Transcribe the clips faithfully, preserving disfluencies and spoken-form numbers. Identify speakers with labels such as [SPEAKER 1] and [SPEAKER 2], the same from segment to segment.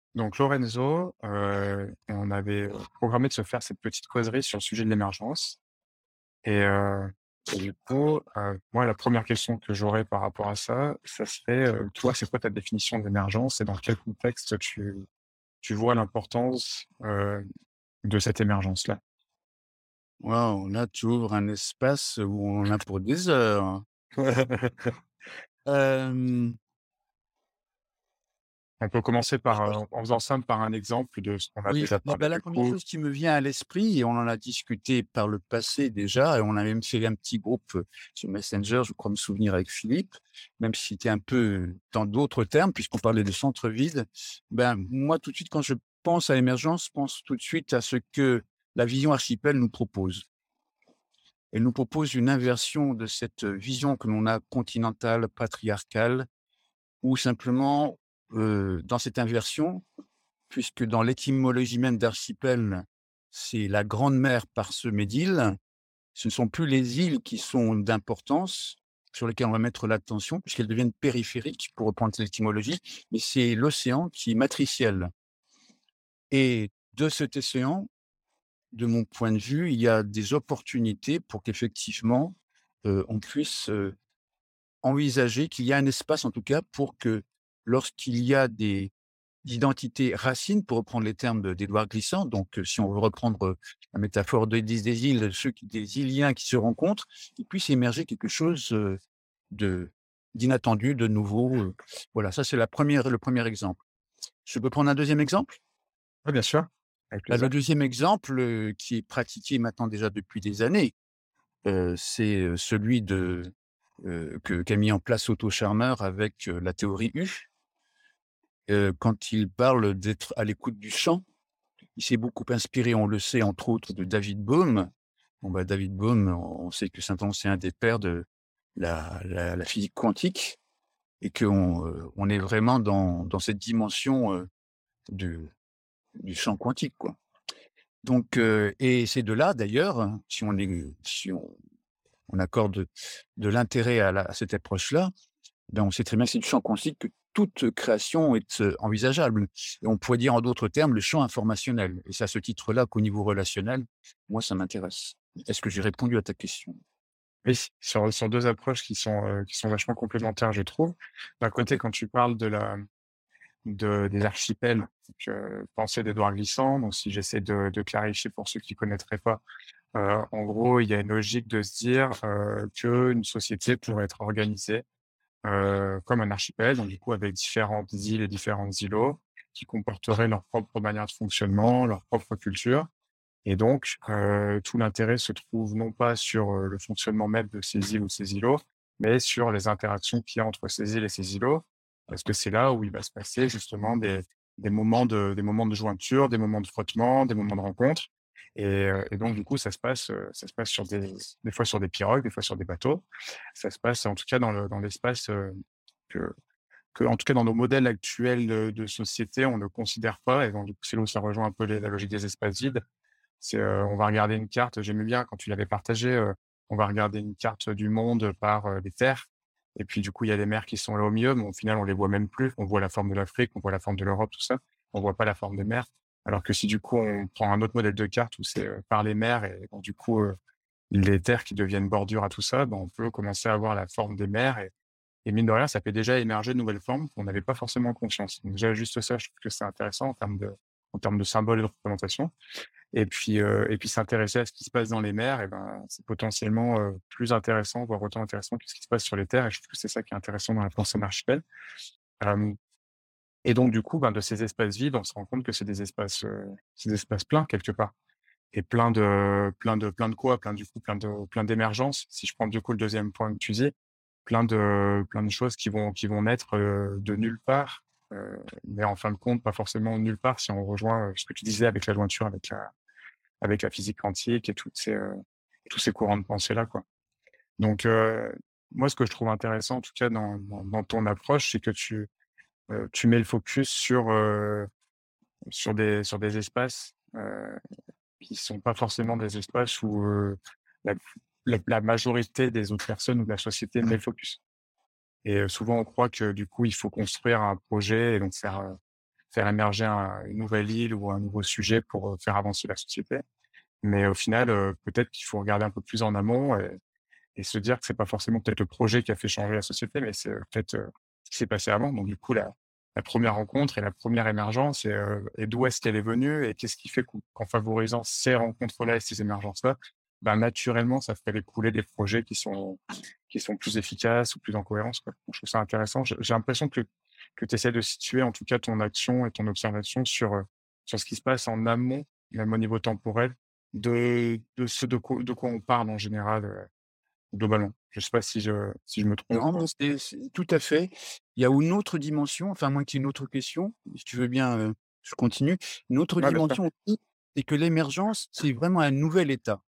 [SPEAKER 1] Donc Lorenzo, heu, on avait, heu, programmé de se faire cette petite causerie sur le sujet de l'émergence et heu et du coup, heu, moi, la première question que j'aurais par rapport à ça, ça serait, heu, toi, c'est quoi ta définition d'émergence et dans quel contexte tu tu vois l'importance, heu, de cette émergence-là?
[SPEAKER 2] Waouh, là, tu ouvres un espace où on en a pour des heures. Hem,
[SPEAKER 1] On peut commencer par,
[SPEAKER 2] je
[SPEAKER 1] heu, en faisant simple par un exemple de ce qu'on a
[SPEAKER 2] oui,
[SPEAKER 1] déjà
[SPEAKER 2] bah
[SPEAKER 1] parlé
[SPEAKER 2] bah, la
[SPEAKER 1] du
[SPEAKER 2] première
[SPEAKER 1] coup.
[SPEAKER 2] chose qui me vient à l'esprit et on en a discuté par le passé déjà et on a même fait un petit groupe, heu, sur Messenger, je crois me souvenir avec Philippe, même si c'était un peu dans d'autres termes puisqu'on parlait de centre vide. Ben, moi, tout de suite, quand je pense à l'émergence, je pense tout de suite à ce que la vision archipel nous propose. Elle nous propose une inversion de cette vision que l'on a continentale, patriarcale, ou simplement, heu, dans cette inversion, puisque dans l'étymologie même d'archipel, c'est la grande mer parsemée d'îles. Ce ne sont plus les îles qui sont d'importance, sur lesquelles on va mettre l'attention, puisqu'elles deviennent périphériques, pour reprendre l'étymologie, mais c'est l'océan qui est matriciel et de cet océan, de mon point de vue, il y a des opportunités pour qu'effectivement, heu, on puisse, heu, envisager qu'il y a un espace, en tout cas, pour que lorsqu'il y a des identités racines, pour reprendre les termes de d'Édouard Glissant, donc heu, si on veut reprendre, heu, la métaphore de des des îles, ceux qui des Iliens qui se rencontrent, il puisse émerger quelque chose, heu, de d'inattendu, de nouveau, heu, voilà, ça c'est la première le premier exemple. Je peux prendre un deuxième exemple?
[SPEAKER 1] Oui, bien sûr, avec
[SPEAKER 2] Bah,
[SPEAKER 1] plaisir.
[SPEAKER 2] le deuxième exemple, heu, qui est pratiqué maintenant déjà depuis des années, heu, c'est, heu, celui de, heu, que qu'a mis en place Otto Scharmer avec, heu, la théorie U. Heu, quand il parle d'être à l'écoute du chant, il s'est beaucoup inspiré, on le sait, entre autres, de David Bohm. Bon, bah, David Bohm, on sait que Saint-Onge, c'est un des pères de la la la physique quantique et qu'on, heu, on est vraiment dans dans cette dimension, heu, de du champ quantique, quoi. Donc heu et c'est de là d'ailleurs, hein, si on est si on on accorde de l'intérêt à la à cette approche-là, ben, on sait très bien que c'est du champ quantique que toute création est, heu, envisageable et on pourrait dire en d'autres termes le champ informationnel et c'est à ce titre-là qu'au niveau relationnel, moi ça m'intéresse. Est-ce que j'ai répondu à ta question?
[SPEAKER 1] Oui, sur sur deux approches qui sont, heu, qui sont vachement complémentaires, je trouve. D'un côté, quand tu parles de la de des archipels, donc heu, pensée d'Édouard Glissant, donc si j'essaie de de clarifier pour ceux qui connaîtraient pas, heu, en gros, il y a une logique de se dire, heu, qu'une société pourrait être organisée, heu, comme un archipel, donc du coup avec différentes îles et différents îlots qui comporteraient leur propre manière de fonctionnement, leur propre culture et donc heu, tout l'intérêt se trouve non pas sur, heu, le fonctionnement même de ces îles ou ces îlots, mais sur les interactions qu'il y a entre ces îles et ces îlots. Parce que c'est là où il va se passer justement des des moments de des moments de jointure, des moments de frottement, des moments de rencontre et heu et donc du coup, ça se passe, heu, ça se passe sur des des fois sur des pirogues, des fois sur des bateaux. Ça se passe en tout cas dans le dans l'espace, heu, que que en tout cas dans nos modèles actuels de de société, on ne considère pas et donc du coup, c'est là où ça rejoint un peu les la logique des espaces vides. C'est, heu, on va regarder une carte, j'aimais bien quand tu l'avais partagé, heu, on va regarder une carte du monde par, heu, les terres et puis du coup, il y a les mers qui sont là au milieu, mais au final, on les voit même plus. On voit la forme de l'Afrique, on voit la forme de l'Europe, tout ça. On voit pas la forme des mers. Alors que si du coup, on prend un autre modèle de carte où c'est, heu, par les mers et donc du coup, heu, les terres qui deviennent bordure à tout ça, ben, on peut commencer à voir la forme des mers et et mine de rien, ça fait déjà émerger de nouvelles formes qu'on n'avait pas forcément conscience. Donc déjà, juste ça, je trouve que c'est intéressant en termes de en termes de symboles et de représentation. Et puis, heu et puis s'intéresser à ce qui se passe dans les mers et ben, c'est potentiellement, heu, plus intéressant, voire autant intéressant que ce qui se passe sur les terres et je trouve que c'est ça qui est intéressant dans la pensée en archipel. Hem et donc du coup, ben, de ces espaces vides, on se rend compte que c'est des espaces, heu, c'est des espaces pleins quelque part et plein de plein de plein de quoi? Plein du coup, plein de plein d'émergences. Si je prends du coup le deuxième point que tu dis, plein de plein de choses qui vont qui vont naître, heu, de nulle part, heu, mais en fin de compte, pas forcément nulle part si on rejoint, heu, ce que tu disais avec la jointure, avec la avec la physique quantique et toutes ces, heu, tous ces courants de pensée-là, quoi. Donc, heu, moi, ce que je trouve intéressant, en tout cas, dans dans dans ton approche, c'est que tu, heu, tu mets le focus sur, heu, sur des sur des espaces, heu, qui sont pas forcément des espaces où, heu, la la la majorité des autres personnes ou de la société met le focus et heu, souvent, on croit que, du coup, il faut construire un projet et donc faire, heu, faire émerger un une nouvelle île ou un nouveau sujet pour, heu, faire avancer la société. Mais au final, heu, peut-être qu'il faut regarder un peu plus en amont et et se dire que c'est pas forcément peut-être le projet qui a fait changer la société, mais c'est, heu, peut-être, heu, ce qui s'est passé avant. Donc du coup, la la première rencontre et la première émergence et heu et d'où est-ce qu'elle est venue et qu'est-ce qui fait qu'en qu'en favorisant ces rencontres-là et ces émergences-là, ben, naturellement, ça fait découler des projets qui sont qui sont plus efficaces ou plus en cohérence, quoi. Donc je trouve ça intéressant. J'ai j'ai l'impression que que tu essaies de situer, en tout cas, ton action et ton observation sur, heu, sur ce qui se passe en amont, même au niveau temporel, de de ce de quoi de quoi on parle en général, heu, globalement. Je sais pas si je si je me trompe?
[SPEAKER 2] Non, non, c'est c'est tout à fait. Il y a une autre dimension, enfin, à moins qu'il y ait une autre question, si tu veux bien, heu, je continue. Une autre
[SPEAKER 1] Ouais, bien sûr.
[SPEAKER 2] dimension aussi, c'est que l'émergence, c'est vraiment un nouvel état.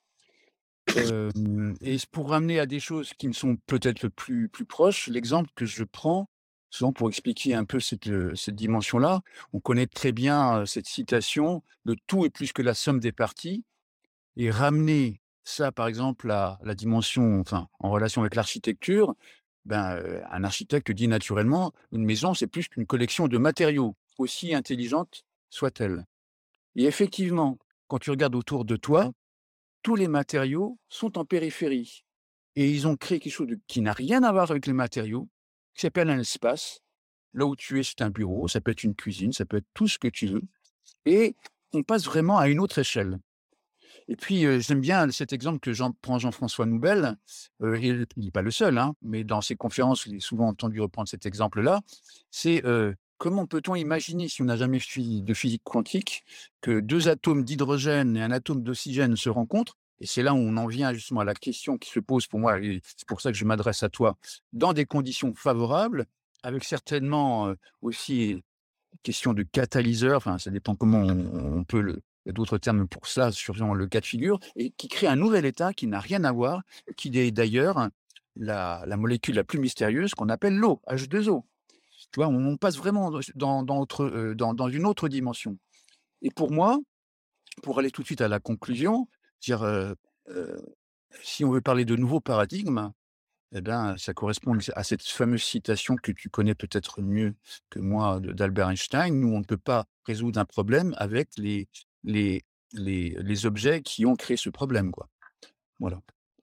[SPEAKER 2] Hem et c pour ramener à des choses qui me sont peut-être plus plus proches, l'exemple que je prends, souvent pour expliquer un peu cette, heu, cette dimension-là, on connaît très bien, heu, cette citation: «Le tout est plus que la somme des parties» et ramener ça, par exemple, à la dimension enfin, en relation avec l'architecture, ben, heu, un architecte dit naturellement: «Une maison, c'est plus qu'une collection de matériaux, aussi intelligente soit-elle» et effectivement, quand tu regardes autour de toi, tous les matériaux sont en périphérie et ils ont créé quelque chose de qui n'a rien à voir avec les matériaux, qui s'appelle un espace. Là où tu es, c'est un bureau, ça peut être une cuisine, ça peut être tout ce que tu veux et on passe vraiment à une autre échelle et puis, heu, j'aime bien cet exemple que Jean prend Jean-François Noubel, heu, et il n'est pas le seul, hein, mais dans ses conférences, je l'ai souvent entendu reprendre cet exemple-là. C'est, heu, comment peut-on imaginer, si on n'a jamais fi de physique quantique, que deux atomes d'hydrogène et un atome d'oxygène se rencontrent? Et c'est là où on en vient justement à la question qui se pose pour moi et c'est pour ça que je m'adresse à toi, dans des conditions favorables, avec certainement, heu, aussi question de catalyseur, enfin, ça dépend comment on on peut le il y a d'autres termes pour ça, suivant le cas de figure et qui crée un nouvel état qui n'a rien à voir, qui est d'ailleurs la la molécule la plus mystérieuse qu'on appelle l'eau, H deux O. Tu vois? On on passe vraiment dans dans dans autre, heu, dans dans une autre dimension et pour moi, pour aller tout de suite à la conclusion, dire, heu heu, si on veut parler de nouveaux paradigmes, eh ben, ça correspond à cette fameuse citation que tu connais peut-être mieux que moi de d'Albert Einstein: «Nous, on ne peut pas résoudre un problème avec les les les les objets qui ont créé ce problème», quoi. Voilà.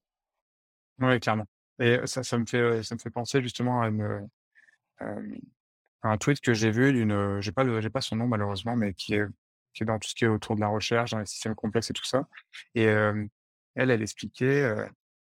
[SPEAKER 1] Ouais, clairement et ça ça me fait, heu, ça me fait penser justement à une, heu, hem, à un tweet que j'ai vu d'une, heu, j'ai pas le j'ai pas son nom malheureusement, mais qui est qui est dans tout ce qui est autour de la recherche, dans les systèmes complexes et tout ça et hem, elle, elle expliquait, heu,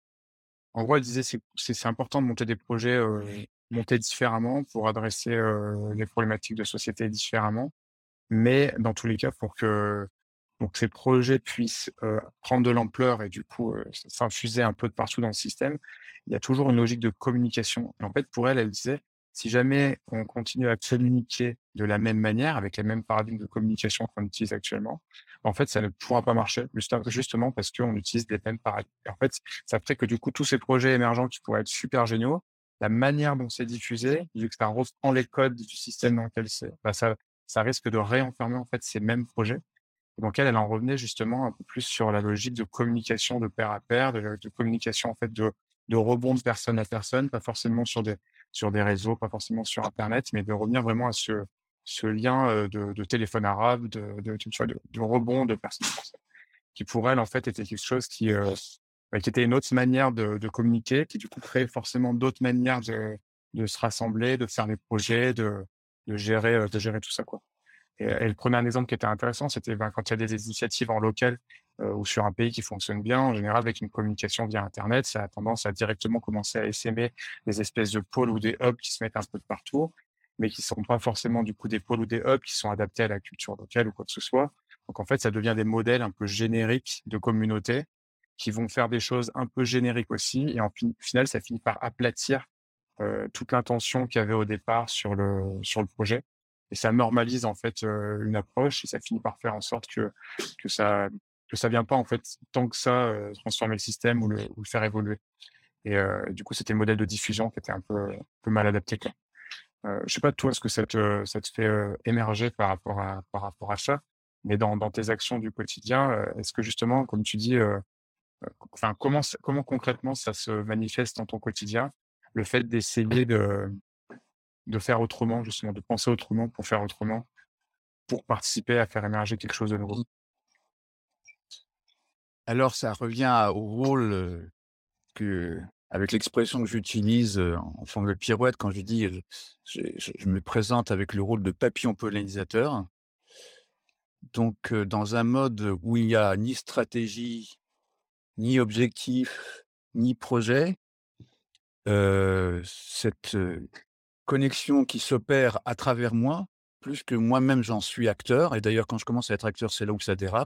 [SPEAKER 1] en gros, elle disait: «C'est c'est c'est important de monter des projets, heu, montés différemment pour adresser, heu, les problématiques de société différemment, mais dans tous les cas, pour que pour que ces projets puissent, heu, prendre de l'ampleur et du coup, heu, s s'infuser un peu de partout dans le système, il y a toujours une logique de communication et en fait, pour elle, elle disait: «Si jamais on continue à communiquer de la même manière, avec les mêmes paradigmes de communication qu'on utilise actuellement, en fait, ça ne pourra pas marcher, juste justement parce qu'on utilise les mêmes paradigmes» et en fait, ça ferait que du coup, tous ces projets émergents qui pourraient être super géniaux, la manière dont c'est diffusé, vu que ça reprend les codes du système dans lequel c'est, bah, ça ça risque de réenfermer, en fait, ces mêmes projets et donc elle, elle en revenait justement un peu plus sur la logique de communication de pair à pair, de de communication en fait de de rebond de personne à personne, pas forcément sur des sur des réseaux, pas forcément sur internet, mais de revenir vraiment à ce ce lien, heu, de de téléphone arabe, de de tu vois, de de rebond de personne à personne, qui pour elle en fait était quelque chose qui, heu, bah, qui était une autre manière de de communiquer, qui du coup créait forcément d'autres manières de de se rassembler, de faire des projets, de de gérer, heu, de gérer tout ça, quoi. Et elle prenait un exemple qui était intéressant, c'était, ben, quand il y a des initiatives en local, heu, ou sur un pays qui fonctionne bien, en général avec une communication via internet, ça a tendance à directement commencer à essaimer des espèces de pôles ou des hubs qui se mettent un peu de partout, mais qui ne sont pas forcément du coup des pôles ou des hubs qui sont adaptés à la culture locale ou quoi que ce soit. Donc en fait, ça devient des modèles un peu génériques de communautés qui vont faire des choses un peu génériques aussi et en fin final, ça finit par aplatir, heu, toute l'intention qu'il y avait au départ sur le sur le projet et ça normalise en fait, heu, une approche et ça finit par faire en sorte que que ça que ça vient pas en fait tant que ça, heu, transformer le système ou le ou le faire évoluer et heu, du coup, c'était le modèle de diffusion qui était un peu un peu mal adapté, quoi. Heu, je sais pas toi ce que ça te ça te fait, heu, émerger par rapport à par rapport à ça, mais dans dans tes actions du quotidien, heu, est-ce que justement, comme tu dis, heu heu, enfin, comment s comment concrètement ça se manifeste dans ton quotidien? Le fait d'essayer de de faire autrement, justement, de penser autrement pour faire autrement? pour participer à faire émerger quelque chose de nouveau?
[SPEAKER 2] Mmh. Alors ça revient à au rôle, heu, que avec l'expression que j'utilise, heu, en forme de pirouette quand je dis, heu, je je je me présente avec le rôle de papillon pollinisateur. Donc, heu, dans un mode où il y a ni stratégie, ni objectif, ni projet, heu, cette, heu, connexion qui s'opère à travers moi, plus que moi-même j'en suis acteur et d'ailleurs quand je commence à être acteur, c'est là où ça dérape.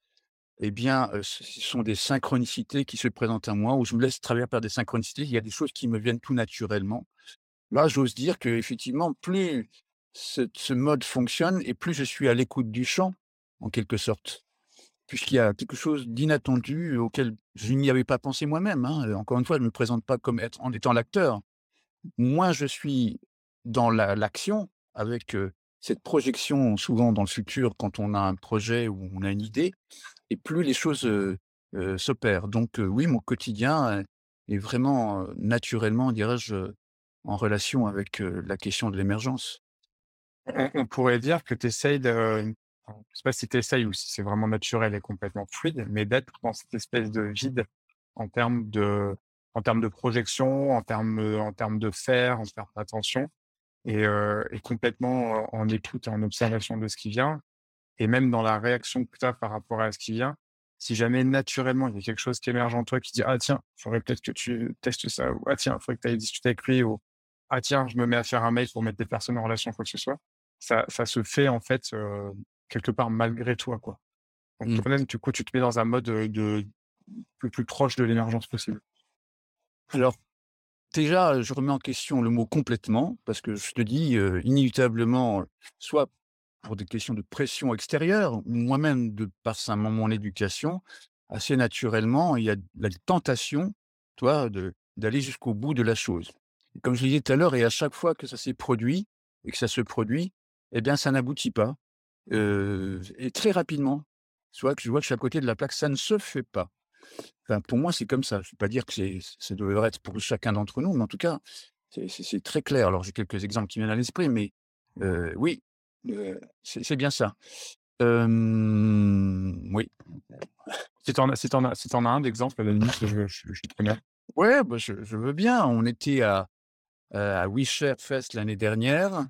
[SPEAKER 2] Eh bien, heu, ce ce sont des synchronicités qui se présentent à moi, où je me laisse traverser par des synchronicités. Il y a des choses qui me viennent tout naturellement. Là, j'ose dire qu'effectivement, plus ce ce mode fonctionne et plus je suis à l'écoute du chant, en quelque sorte. Puisqu'il y a quelque chose d'inattendu auquel je n'y avais pas pensé moi-même, hein. Heu, encore une fois, je ne me présente pas comme être en étant l'acteur. Moins je suis dans la l'action avec, heu, cette projection souvent dans le futur quand on a un projet ou on a une idée et plus les choses, heu heu, s'opèrent. Donc heu, oui, mon quotidien, heu, est vraiment, heu, naturellement, dirais-je, heu, en relation avec, heu, la question de l'émergence.
[SPEAKER 1] On on pourrait dire que tu essayes de enfin, je sais pas si tu essayes ou si c'est vraiment naturel et complètement fluide, mais d'être dans cette espèce de vide en termes de en termes de projection, en termes, heu, en termes de faire, en termes d'attention et heu et complètement en en écoute et en observation de ce qui vient et même dans la réaction que tu as par rapport à ce qui vient. Si jamais naturellement, il y a quelque chose qui émerge en toi qui dit: «Ah tiens, il faudrait peut-être que tu testes ça» ou «Ah tiens, il faudrait que tu ailles discuter avec lui» ou «Ah tiens, je me mets à faire un mail pour mettre des personnes en relation», quoi que ce soit. Ça ça se fait en fait, heu, quelque part malgré toi, quoi. Donc
[SPEAKER 2] Mmh.
[SPEAKER 1] toi-même, du coup, tu te mets dans un mode, heu, de le plus proche de l'émergence possible.
[SPEAKER 2] Alors déjà, je remets en question le mot «complètement» parce que je te dis, heu, inéluctablement, soit pour des questions de pression extérieure ou moi-même de par sa mon éducation, assez naturellement, il y a la tentation, tu vois, de d'aller jusqu'au bout de la chose. Et comme je le disais tout à l'heure et à chaque fois que ça s'est produit et que ça se produit, eh bien, ça n'aboutit pas, heu et très rapidement. Tu vois que je vois que je suis à côté de la plaque, ça ne se fait pas. Enfin, pour moi, c'est comme ça. Je ne veux pas dire que c'est ça devrait être pour chacun d'entre nous, mais en tout cas, c'est c'est c'est très clair. Alors, j'ai quelques exemples qui viennent à l'esprit, mais heu, oui, heu, c'est c'est bien ça. Hem, oui.
[SPEAKER 1] Si tu en as si tu as si tu as un d'exemple, à la limite, je je je suis preneur.
[SPEAKER 2] Ouais, bah, je je veux bien. On était à, heu, à We Share Fest l'année dernière.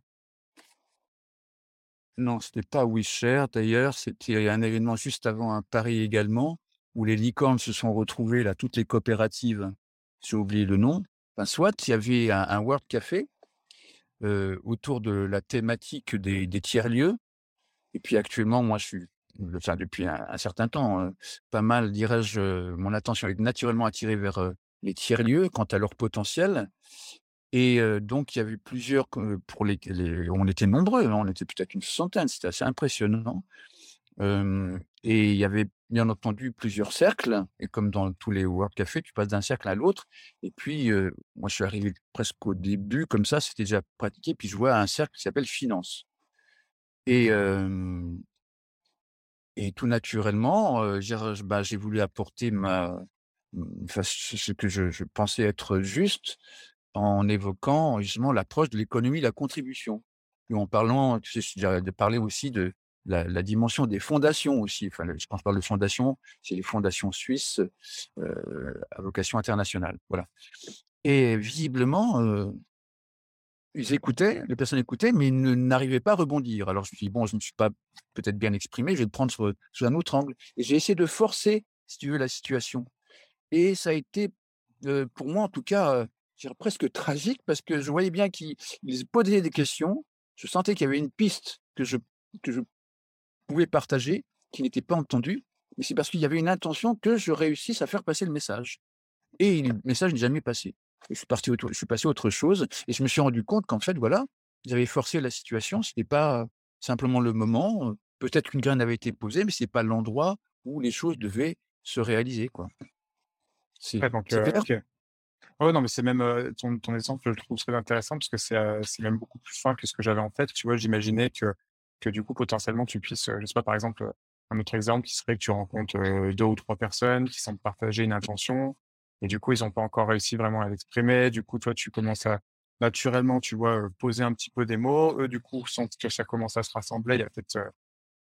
[SPEAKER 2] Non, c'était pas We Share d'ailleurs, c'était un événement juste avant à Paris également, où les licornes se sont retrouvées là, toutes les coopératives. J'ai oublié le nom. Enfin, soit il y avait un un World Café, heu, autour de la thématique des des tiers-lieux et puis actuellement, moi, je suis enfin depuis un un certain temps, heu, pas mal, dirais-je, heu, mon attention est naturellement attirée vers, heu, les tiers-lieux quant à leur potentiel et heu, donc il y avait plusieurs que pour les les on était nombreux, hein, on était peut-être une centaine, c'était assez impressionnant. Hem et il y avait bien entendu plusieurs cercles et comme dans tous les world café, tu passes d'un cercle à l'autre et puis, heu, moi je suis arrivé presque au début comme ça, c'était déjà pratiqué, puis je vois un cercle qui s'appelle finance et hem et tout naturellement, heu, j'ai re bah, j'ai voulu apporter ma mmh, enfin ce ce que je je pensais être juste en évoquant justement l'approche de l'économie de la contribution et en parlant, tu sais, j'ai de parler aussi de la la dimension des fondations aussi. Enfin, le quand je parle de fondations, c'est les fondations suisses, heu, à vocation internationale, voilà et visiblement, heu, ils écoutaient, les personnes écoutaient, mais ils ne n'arrivaient pas à rebondir. Alors je me suis dit: «Bon, je ne me suis pas peut-être bien exprimé, je vais le prendre sous sous un autre angle» et j'ai essayé de forcer, si tu veux, la situation et ça a été, heu, pour moi en tout cas, heu, je dirais presque tragique parce que je voyais bien qu'ils ils se posaient des questions. Je sentais qu'il y avait une piste que je que je pouvais partager, qui n'était pas entendue, mais c'est parce qu'il y avait une intention que je réussisse à faire passer le message et le message n'est jamais passé. Et je suis parti autre je suis passé à autre chose et je me suis rendu compte qu'en fait, voilà, j'avais forcé la situation, ce n'est pas simplement le moment, heu, peut-être qu'une graine avait été posée, mais c'est pas l'endroit où les choses devaient se réaliser, quoi. C'est
[SPEAKER 1] Ouais, donc
[SPEAKER 2] c'est
[SPEAKER 1] heu,
[SPEAKER 2] clair?
[SPEAKER 1] OK. Ouais, non, mais c'est même, heu, ton ton exemple, je le trouve très intéressant parce que c'est, heu, c'est même beaucoup plus fin que ce que j'avais en tête. Tu vois, j'imaginais que que du coup, potentiellement, tu puisses, heu, je sais pas, par exemple, heu, un autre exemple qui serait que tu rencontres, heu, deux ou trois personnes qui semblent partager une intention et du coup, ils ont pas encore réussi vraiment à l'exprimer. Du coup, toi, tu commences à naturellement, tu vois, heu, poser un petit peu des mots. Eux, du coup, sentent que ça commence à se rassembler. Il y a peut-être, heu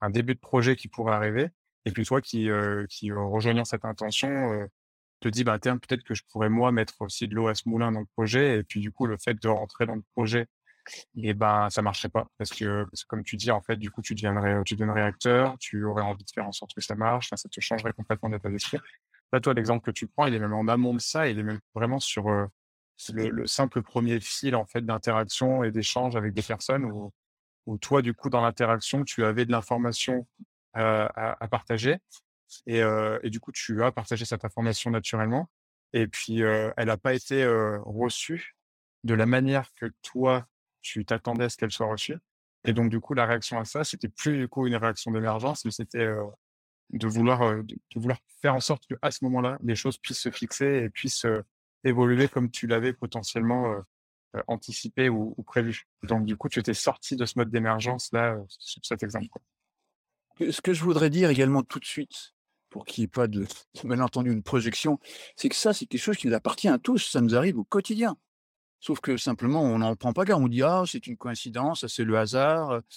[SPEAKER 1] un début de projet qui pourrait arriver et puis toi qui, heu, qui, heu, rejoignant cette intention, heu, te dis: «Bah, tiens, peut-être que je pourrais moi mettre aussi de l'eau à ce moulin dans le projet» et puis du coup, le fait de rentrer dans le projet et ben, ça marcherait pas parce que parce que comme tu dis, en fait, du coup, tu deviendrais, tu deviendrais acteur, tu aurais envie de faire en sorte que ça marche, enfin, ça te changerait complètement d'état d'esprit. Là, toi, l'exemple que tu prends, il est même en amont de ça, il est même vraiment sur, heu, sur le le simple premier fil, en fait, d'interaction et d'échange avec des personnes où où toi, du coup, dans l'interaction, tu avais de l'information, heu, à à partager et heu et du coup, tu as partagé cette information naturellement et puis, heu, elle a pas été, heu, reçue de la manière que toi, tu t'attendais à ce qu'elle soit reçue et donc du coup, la réaction à ça, c'était plus du coup une réaction d'émergence, mais c'était, heu, de vouloir, heu, de de vouloir faire en sorte qu'à ce moment-là, les choses puissent se fixer et puissent, heu, évoluer comme tu l'avais potentiellement, heu heu, anticipé ou ou prévu. Donc du coup, tu étais sorti de ce mode d'émergence là, heu, sur cet exemple, quoi.
[SPEAKER 2] Que ce que je voudrais dire également tout de suite, pour qu'il y ait pas de de malentendu, une projection, c'est que ça, c'est quelque chose qui nous appartient à tous, ça nous arrive au quotidien. Sauf que simplement, on n'en prend pas garde, on dit: «Ah, c'est une coïncidence, ça c'est le hasard», heu,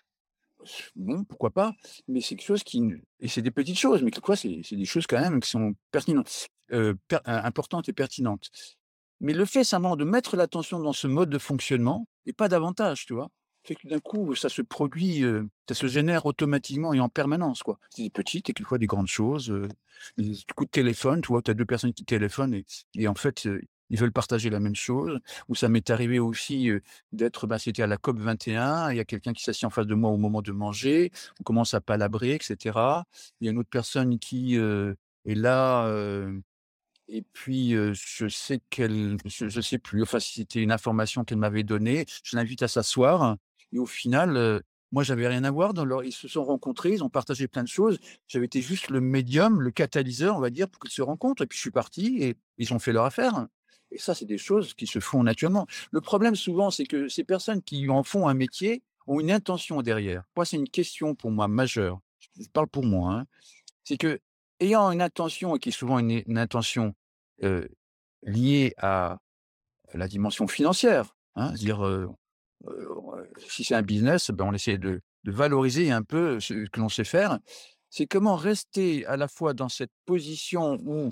[SPEAKER 2] bon, pourquoi pas, mais c'est quelque chose qui n et c'est des petites choses, mais quelquefois c'est c'est des choses quand même qui sont pertinentes, heu, per im importantes et pertinentes. Mais le fait simplement de mettre l'attention dans ce mode de fonctionnement et pas davantage, tu vois? Fait que d'un coup, ça se produit, heu, ça se génère automatiquement et en permanence, quoi. C'est des petites et quelquefois des grandes choses, heu, des coups de téléphone, tu vois? Tu as deux personnes qui téléphonent et et en fait, heu, ils veulent partager la même chose. Ou ça m'est arrivé aussi, heu, d'être, bah, c'était à la COP vingt et un, il y a quelqu'un qui s'assied en face de moi au moment de manger, on commence à palabrer et cetera. Il y a une autre personne qui, heu, est là, heu et puis, heu, je sais qu'elle je je sais plus, enfin, si c'était une information qu'elle m'avait donnée, je l'invite à s'asseoir et au final, heu, moi, j'avais rien à voir dans leur ils se sont rencontrés, ils ont partagé plein de choses. J'avais été juste le médium, le catalyseur, on va dire, pour qu'ils se rencontrent et puis je suis parti et ils ont fait leur affaire et ça, c'est des choses qui se font naturellement. Le problème souvent, c'est que ces personnes qui en font un métier ont une intention derrière. Moi, c'est une question pour moi majeure. Je parle pour moi, hein. C'est qu'ayant une intention et qui est souvent une une intention, heu, liée à la dimension financière, hein, dire, heu heu, si c'est un business, ben, on essaie de de valoriser un peu ce que l'on sait faire. C'est comment rester à la fois dans cette position où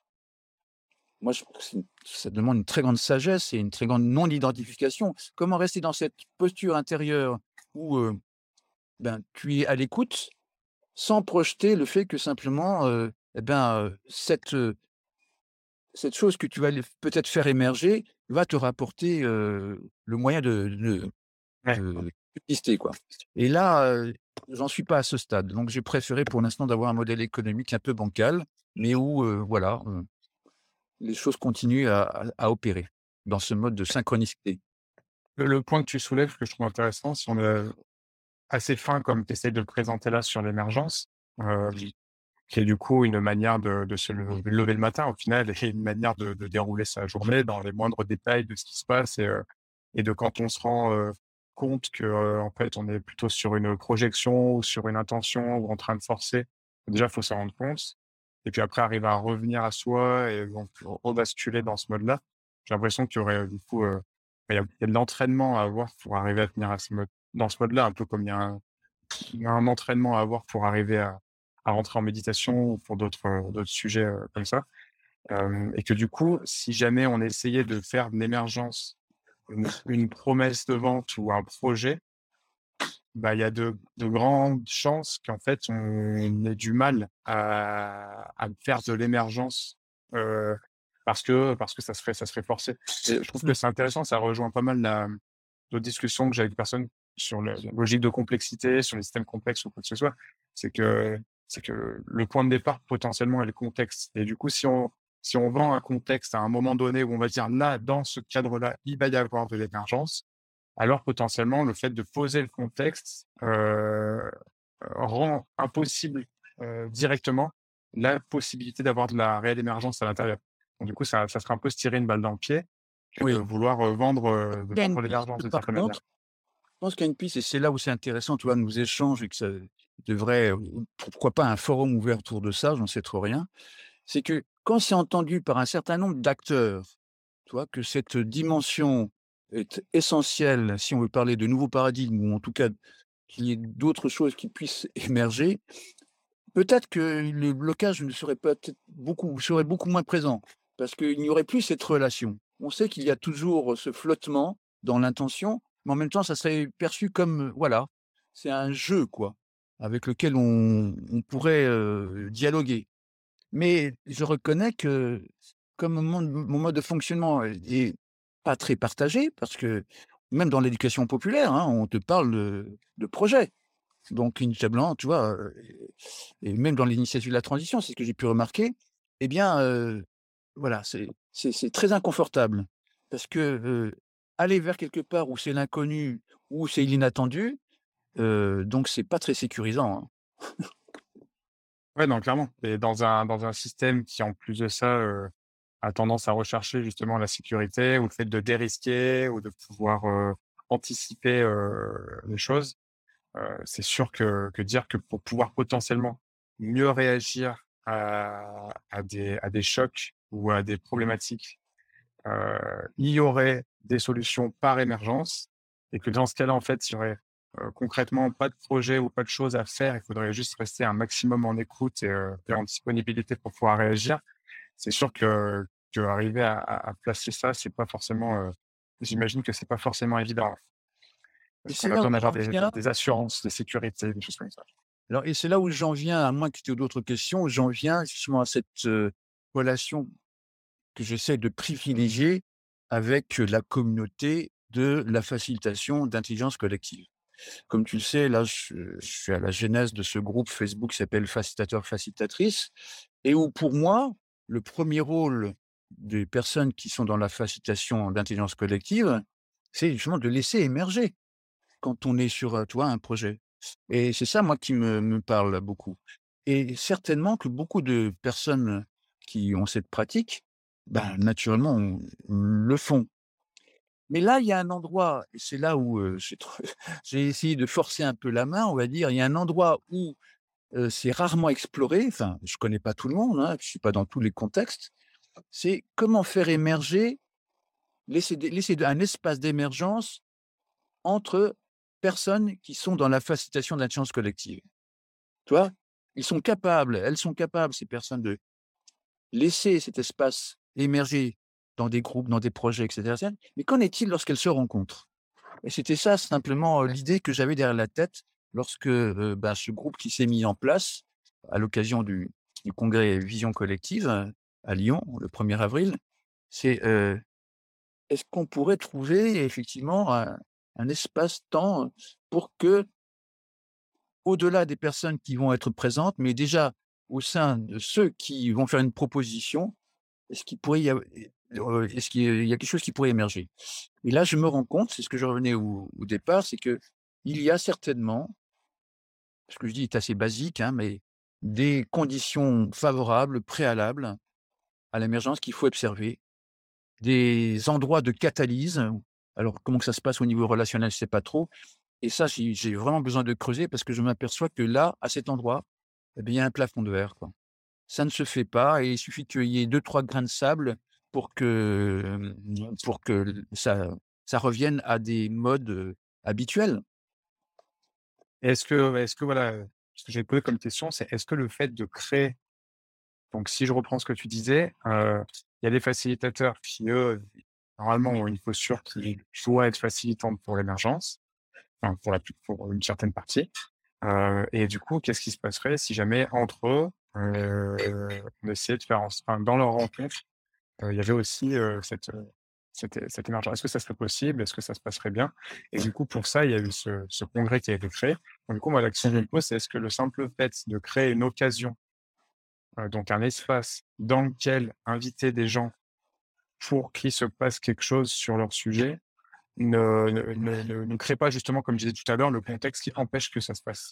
[SPEAKER 2] moi je trouve que c'est une ça demande une très grande sagesse et une très grande non-identification. Comment rester dans cette posture intérieure où, heu, ben, tu es à l'écoute sans projeter le fait que simplement, heu, et ben, heu, cette, heu, cette chose que tu vas aller peut-être faire émerger va te rapporter, heu, le moyen de de
[SPEAKER 1] Ouais.
[SPEAKER 2] de subsister, quoi. Et là, heu, j'en suis pas à ce stade. Donc j'ai préféré pour l'instant d'avoir un modèle économique un peu bancal, mais où, heu, voilà, heu, les choses continuent à à à opérer dans ce mode de synchronicité.
[SPEAKER 1] Le le point que tu soulèves que je trouve intéressant, si on est assez fin comme tu essaies de le présenter là sur l'émergence, heu, qui est du coup une manière de de se lever lever le matin au final et une manière de de dérouler sa journée dans les moindres détails de ce qui se passe et heu et de quand on se rend, heu, compte que, heu, en fait, on est plutôt sur une projection ou sur une intention ou en train de forcer. Déjà, il faut s'en rendre compte et puis après arriver à revenir à soi et donc rebasculer dans ce mode-là. J'ai l'impression qu'il y aurait, du coup, heu, il y a il y a de l'entraînement à avoir pour arriver à tenir à ce mode dans ce mode-là, un peu comme il y a un il y a un entraînement à avoir pour arriver à à rentrer en méditation ou pour d'autres, heu, d'autres sujets, heu, comme ça. Hem et que du coup, si jamais on essayait de faire de l'émergence une une promesse de vente ou un projet, bah, il y a de de grandes chances qu'en fait, on ait du mal à à faire de l'émergence, heu, parce que parce que ça serait ça serait forcé et je trouve que c'est intéressant, ça rejoint pas mal la d'autres discussions que j'ai avec des personnes sur le la logique de complexité, sur les systèmes complexes ou quoi que ce soit. C'est que c'est que le point de départ potentiellement est le contexte et du coup, si on si on vend un contexte à un moment donné où on va dire: «Là, dans ce cadre-là, il va y avoir de l'émergence», alors potentiellement le fait de poser le contexte, heu, rend impossible, heu, directement la possibilité d'avoir de la réelle émergence à l'intérieur. Donc du coup, ça ça serait un peu se tirer une balle dans le pied que de
[SPEAKER 2] Oui.
[SPEAKER 1] vouloir, heu, vendre, heu, de
[SPEAKER 2] Il y a une
[SPEAKER 1] vendre
[SPEAKER 2] piste
[SPEAKER 1] l'émergence d'une
[SPEAKER 2] par
[SPEAKER 1] certaine manière.
[SPEAKER 2] contre, je pense qu'il y a une piste et c'est là où c'est intéressant, tu vois, nos échanges et que ça devrait, heu, pourquoi pas un forum ouvert autour de ça, j'en sais trop rien. C'est que quand c'est entendu par un certain nombre d'acteurs, tu vois, que cette dimension est essentielle si on veut parler de nouveaux paradigmes ou en tout cas qu'il y ait d'autres choses qui puissent émerger, peut-être que le blocage ne serait peut-être beaucoup serait beaucoup moins présent parce qu'il n'y aurait plus cette relation. On sait qu'il y a toujours ce flottement dans l'intention, mais en même temps, ça serait perçu comme, heu, voilà, c'est un jeu quoi, avec lequel on on pourrait, heu, dialoguer. Mais je reconnais que comme mon monde mon mode de fonctionnement est est pas très partagé parce que même dans l'éducation populaire, hein, on te parle de de projet. Donc inévitablement, tu vois, heu et même dans l'initiative de la transition, c'est ce que j'ai pu remarquer, eh bien, heu, voilà, c'est c'est c'est très inconfortable parce que, heu, aller vers quelque part où c'est l'inconnu, où c'est l'inattendu, heu, donc c'est pas très sécurisant, hein.
[SPEAKER 1] Ouais, non, clairement et dans un dans un système qui, en plus de ça, heu, a tendance à rechercher justement la sécurité ou le fait de dérisquer ou de pouvoir, heu, anticiper, heu, les choses, heu, c'est sûr que que dire que pour pouvoir potentiellement mieux réagir à à des à des chocs ou à des problématiques, heu, il y aurait des solutions par émergence et que dans ce cas-là, en fait, il y aurait, heu, concrètement pas de projet ou pas de choses à faire. Il faudrait juste rester un maximum en écoute et heu, et en disponibilité pour pouvoir réagir. C'est sûr que qu'arriver à à à placer ça, c'est pas forcément, heu, j'imagine que c'est pas forcément évident.
[SPEAKER 2] Et
[SPEAKER 1] Parce qu'on
[SPEAKER 2] c'est
[SPEAKER 1] a
[SPEAKER 2] là où
[SPEAKER 1] besoin d'avoir
[SPEAKER 2] j'en
[SPEAKER 1] des
[SPEAKER 2] viens
[SPEAKER 1] des assurances de sécurité, des choses comme ça.
[SPEAKER 2] alors et c'est là où j'en viens, à moins que tu aies d'autres questions, j'en viens justement à cette, heu, relation que j'essaie de privilégier avec, heu, la communauté de la facilitation d'intelligence collective. Comme tu le sais, là, je je suis à la genèse de ce groupe Facebook qui s'appelle Facilitateur Facilitatrice et où pour moi, le premier rôle des personnes qui sont dans la facilitation d'intelligence collective, c'est justement de laisser émerger quand on est sur, heu, tu vois, un projet et c'est ça, moi, qui me me parle beaucoup et certainement que beaucoup de personnes qui ont cette pratique, ben, naturellement, on le font. Mais là, il y a un endroit et c'est là où, heu, j'ai trou j'ai essayé de forcer un peu la main, on va dire. Il y a un endroit où, heu, c'est rarement exploré, enfin, je connais pas tout le monde, hein, je suis pas dans tous les contextes. C'est comment faire émerger, laisser des laisser de un espace d'émergence entre personnes qui sont dans la facilitation de l'intelligence collective. Tu vois? Ils sont capables, elles sont capables, ces personnes, de laisser cet espace émerger dans des groupes, dans des projets et cetera, et cetera. Mais qu'en est-il lorsqu'elles se rencontrent? Et c'était ça simplement, heu, l'idée que j'avais derrière la tête lorsque, heu, bah, ce groupe qui s'est mis en place à l'occasion du du congrès Vision Collective, heu, à Lyon, le premier avril. C'est, heu, est-ce qu'on pourrait trouver effectivement un un espace-temps pour que, au-delà des personnes qui vont être présentes, mais déjà au sein de ceux qui vont faire une proposition, est-ce qu'il pourrait y av heu, est-ce qu'il y a quelque chose qui pourrait émerger? Et là, je me rends compte, c'est ce que je revenais au au départ, c'est qu'il y a certainement, ce que je dis est assez basique, hein, mais des conditions favorables, préalables à l'émergence qu'il faut observer, des endroits de catalyse. Alors comment que ça se passe au niveau relationnel, je sais pas trop et ça, j'ai j'ai vraiment besoin de creuser parce que je m'aperçois que là, à cet endroit, eh bien, il y a un plafond de verre, quoi. Ça ne se fait pas et il suffit qu'il y ait deux trois grains de sable pour que, hem, pour que ça ça revienne à des modes, heu, habituels.
[SPEAKER 1] Est-ce que est-ce que voilà, heu, ce que j'ai posé comme question, c'est est-ce que le fait de créer donc si je reprends ce que tu disais, heu, il y a des facilitateurs qui, eux, normalement ont une posture qui doit être facilitante pour l'émergence, enfin pour la plus pour une certaine partie, heu et du coup, qu'est-ce qui se passerait si jamais entre eux, heu, on essayait de faire en s enfin dans leur rencontre, heu, il y avait aussi, heu, cette, heu, cette é cette émergence? Est-ce que ça serait possible? Est-ce que ça se passerait bien? Et du coup, pour ça, il y a eu ce ce congrès qui a été créé. Donc du coup, moi, la question que je me pose, c'est est-ce que le simple fait de créer une occasion, heu, donc un espace dans lequel inviter des gens pour qu'il se passe quelque chose sur leur sujet, ne ne ne ne ne crée pas justement, comme je disais tout à l'heure, le contexte qui empêche que ça se passe?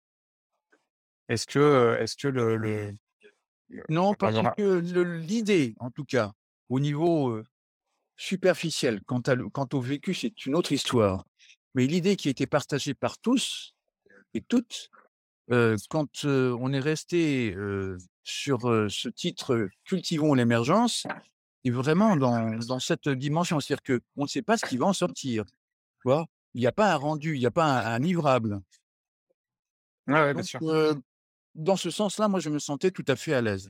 [SPEAKER 1] Est-ce que, heu, est-ce que le le le
[SPEAKER 2] Non, parce
[SPEAKER 1] avoir un
[SPEAKER 2] que le l'idée, en tout cas, au niveau, heu, superficiel, quant à le quant au vécu, c'est une autre histoire. Mais l'idée qui a été partagée par tous et toutes, heu, quand, heu, on est resté, heu, sur, heu, ce titre, heu, «Cultivons l'émergence» est vraiment dans dans cette dimension. C'est-à-dire qu'on ne sait pas ce qui va en sortir, tu vois? Il y a pas un rendu, il y a pas un un livrable.
[SPEAKER 1] Ouais, ouais, bien
[SPEAKER 2] Donc,
[SPEAKER 1] sûr.
[SPEAKER 2] heu, dans ce sens-là, moi, je me sentais tout à fait à l'aise.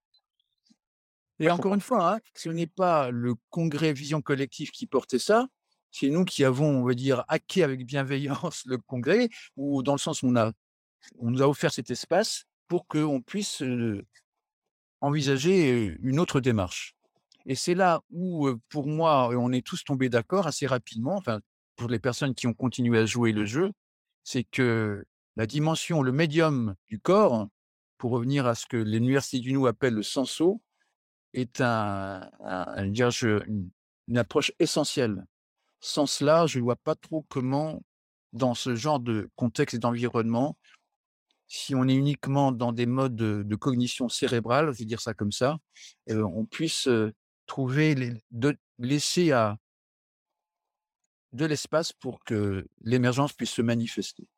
[SPEAKER 2] Et
[SPEAKER 1] Ouais, je
[SPEAKER 2] encore
[SPEAKER 1] comprends.
[SPEAKER 2] une fois, hein, ce n'est pas le congrès Vision Collective qui portait ça, c'est nous qui avons, on va dire, hacké avec bienveillance le congrès, ou dans le sens où on a on nous a offert cet espace pour qu'on puisse, heu, envisager, heu, une autre démarche. Et c'est là où, heu, pour moi, on est tous tombés d'accord assez rapidement, enfin, pour les personnes qui ont continué à jouer le jeu, c'est que la dimension, le médium du corps, pour revenir à ce que l'université du Nou appelle le senso, est un un dire je une une approche essentielle. Sans cela, je ne vois pas trop comment, dans ce genre de contexte et d'environnement, si on est uniquement dans des modes de de cognition cérébrale, je vais dire ça comme ça, heu, on puisse, heu, trouver les de laisser à de l'espace pour que l'émergence puisse se manifester.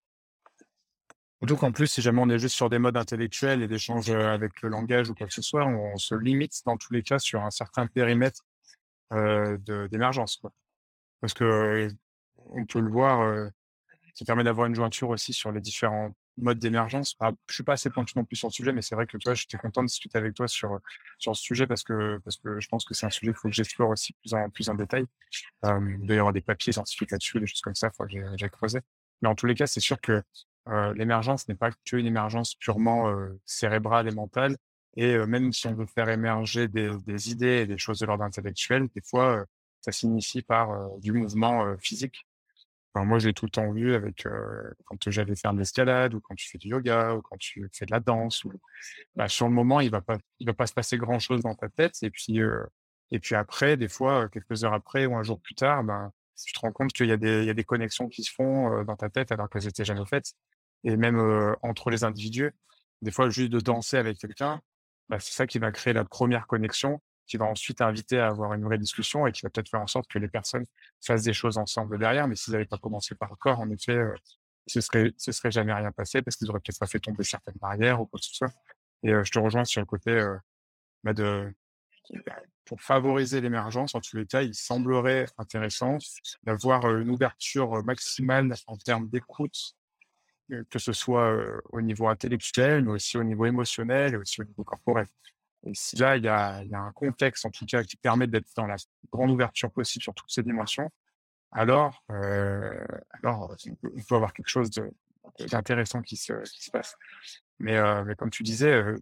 [SPEAKER 1] Surtout qu'en plus, si jamais on est juste sur des modes intellectuels et d'échanges, heu, avec le langage ou quoi que ce soit, on se limite dans tous les cas sur un certain périmètre, heu, de d'émergence, quoi. Parce que, heu, on peut le voir, heu, ça permet d'avoir une jointure aussi sur les différents modes d'émergence. Ah, je suis pas assez pointu non plus sur le sujet, mais c'est vrai que, tu vois, j'étais content de discuter avec toi sur, sur ce sujet parce que parce que je pense que c'est un sujet qu'il faut que j'explore aussi plus en plus en détail. Hem, il doit y avoir des papiers scientifiques là-dessus, des choses comme ça, il faudra que j'ai j'aille creuser. Mais en tous les cas, c'est sûr que, heu, l'émergence n'est pas qu'une émergence purement, heu, cérébrale et mentale et heu, même si on veut faire émerger des des idées et des choses de l'ordre intellectuel, des fois, heu, ça signifie par, heu, du mouvement, heu, physique. Enfin, moi, je l'ai tout le temps vu avec, heu, quand j'allais faire de l'escalade ou quand tu fais du yoga ou quand tu fais de la danse ou bah, sur le moment, il va pas il va pas se passer grand chose dans ta tête et puis, heu et puis après, des fois, heu, quelques heures après ou un jour plus tard, ben, tu te rends compte qu'il y a des il y a des connexions qui se font, heu, dans ta tête alors qu'elles étaient jamais faites et même, heu, entre les individus. Des fois, juste de danser avec quelqu'un, bah, c'est ça qui va créer la première connexion, qui va ensuite inviter à avoir une vraie discussion et qui va peut-être faire en sorte que les personnes fassent des choses ensemble derrière. Mais s'ils n'avaient pas commencé par le corps, en effet, heu, ce serait ce serait jamais rien passé parce qu'ils auraient peut-être pas fait tomber certaines barrières ou quoi que ce soit. Et heu, je te rejoins sur le côté, heu, bah, de pour favoriser l'émergence, en tous les cas, il semblerait intéressant d'avoir, heu, une ouverture, heu, maximale en termes d'écoute, heu, que ce soit, heu, au niveau intellectuel, mais aussi au niveau émotionnel et aussi au niveau corporel. Et si là, il y a il y a un contexte, en tout cas, qui permet d'être dans la grande ouverture possible sur toutes ces dimensions, alors, heu, alors, on peut on peut avoir quelque chose de d'intéressant qui se qui se passe. Mais heu, mais comme tu disais, heu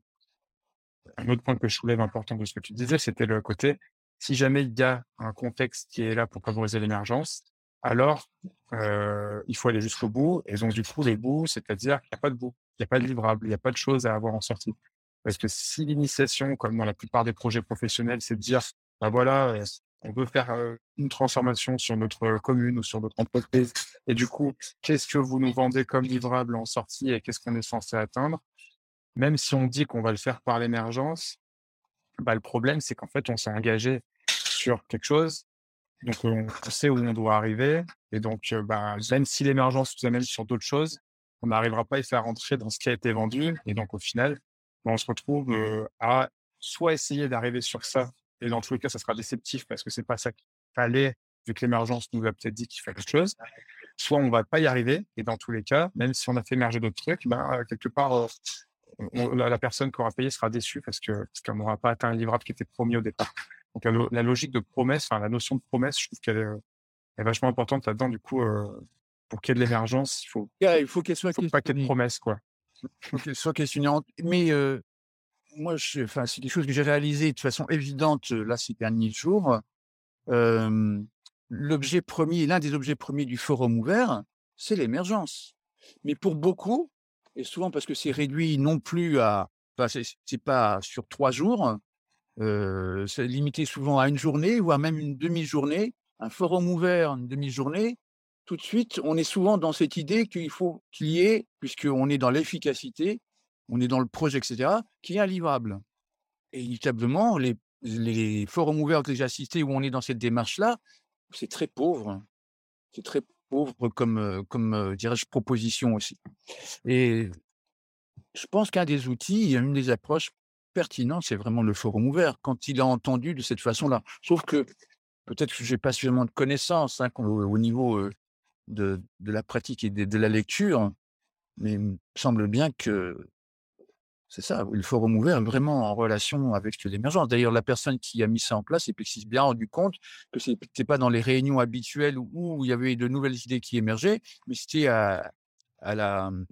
[SPEAKER 1] un autre point que je soulève important de ce que tu disais, c'était le côté, si jamais il y a un contexte qui est là pour favoriser l'émergence, alors, heu, il faut aller jusqu'au bout et donc du coup, les bouts, c'est-à-dire qu'il y a pas de bout, il y a pas de livrable, il y a pas de choses à avoir en sortie. Parce que si l'initiation, comme dans la plupart des projets professionnels, c'est de dire: «Bah, voilà, heu, on veut faire, heu, une transformation sur notre commune ou sur notre entreprise et du coup, qu'est-ce que vous nous vendez comme livrable en sortie et qu'est-ce qu'on est censé atteindre?» Même si on dit qu'on va le faire par l'émergence, bah, le problème, c'est qu'en fait, on s'est engagé sur quelque chose, donc on on sait où on doit arriver et donc heu, bah, même si l'émergence nous amène sur d'autres choses, on n'arrivera pas à y faire rentrer dans ce qui a été vendu et donc au final, bah, on se retrouve, heu, à soit essayer d'arriver sur ça et dans tous les cas, ça sera déceptif parce que c'est pas ça qu'il fallait, vu que l'émergence nous a peut-être dit qu'il fallait autre chose. Soit on va pas y arriver et dans tous les cas, même si on a fait émerger d'autres trucs, ben, heu, quelque part, heu, on la la personne qui aura payé sera déçue parce que parce qu'on n'aura pas atteint un livrable qui était promis au départ. Donc la lo la logique de promesse, enfin la notion de promesse, je trouve qu'elle est, heu, est vachement importante là-dedans. Du coup, heu, pour qu'il y ait de l'émergence, il faut
[SPEAKER 2] Ah, il faut qu'elle soit
[SPEAKER 1] faut pas qu'il y ait de
[SPEAKER 2] questionnée,
[SPEAKER 1] promesses, quoi.
[SPEAKER 2] il faut qu'elle soit questionnante. Mais, heu, moi, je enfin, c'est des choses que j'ai réalisées de façon évidente, heu, là, ces derniers jours. Hem, l'objet premier, l'un des objets premiers du forum ouvert, c'est l'émergence. Mais pour beaucoup, et souvent parce que c'est réduit non plus à enfin, c'est c'est pas sur trois jours, heu, c'est limité souvent à une journée, voire même une demi-journée. Un forum ouvert, une demi-journée, tout de suite, on est souvent dans cette idée qu'il faut qu'il y ait, puisqu'on est dans l'efficacité, on est dans le projet et cetera, qu'il y ait un livrable. Et inévitablement, les les forums ouverts auxquels j'ai assisté où on est dans cette démarche-là, c'est très pauvre. C'est très pauvre comme, heu, comme, heu, dirais-je, proposition aussi. Et je pense qu'un des outils, une des approches pertinentes, c'est vraiment le forum ouvert, quand il est entendu de cette façon-là. Sauf que peut-être que j'ai pas suffisamment de connaissances, hein, qu'au au niveau, heu, de de la pratique et de de la lecture. mais il me semble bien que c'est ça, il faut ouvert vraiment en relation avec l'émergence. D'ailleurs, la personne qui a mis ça en place, elle s'est bien rendu compte que ce n'était pas dans les réunions habituelles où où il y avait de nouvelles idées qui émergeaient, mais c'était à à la, mmh,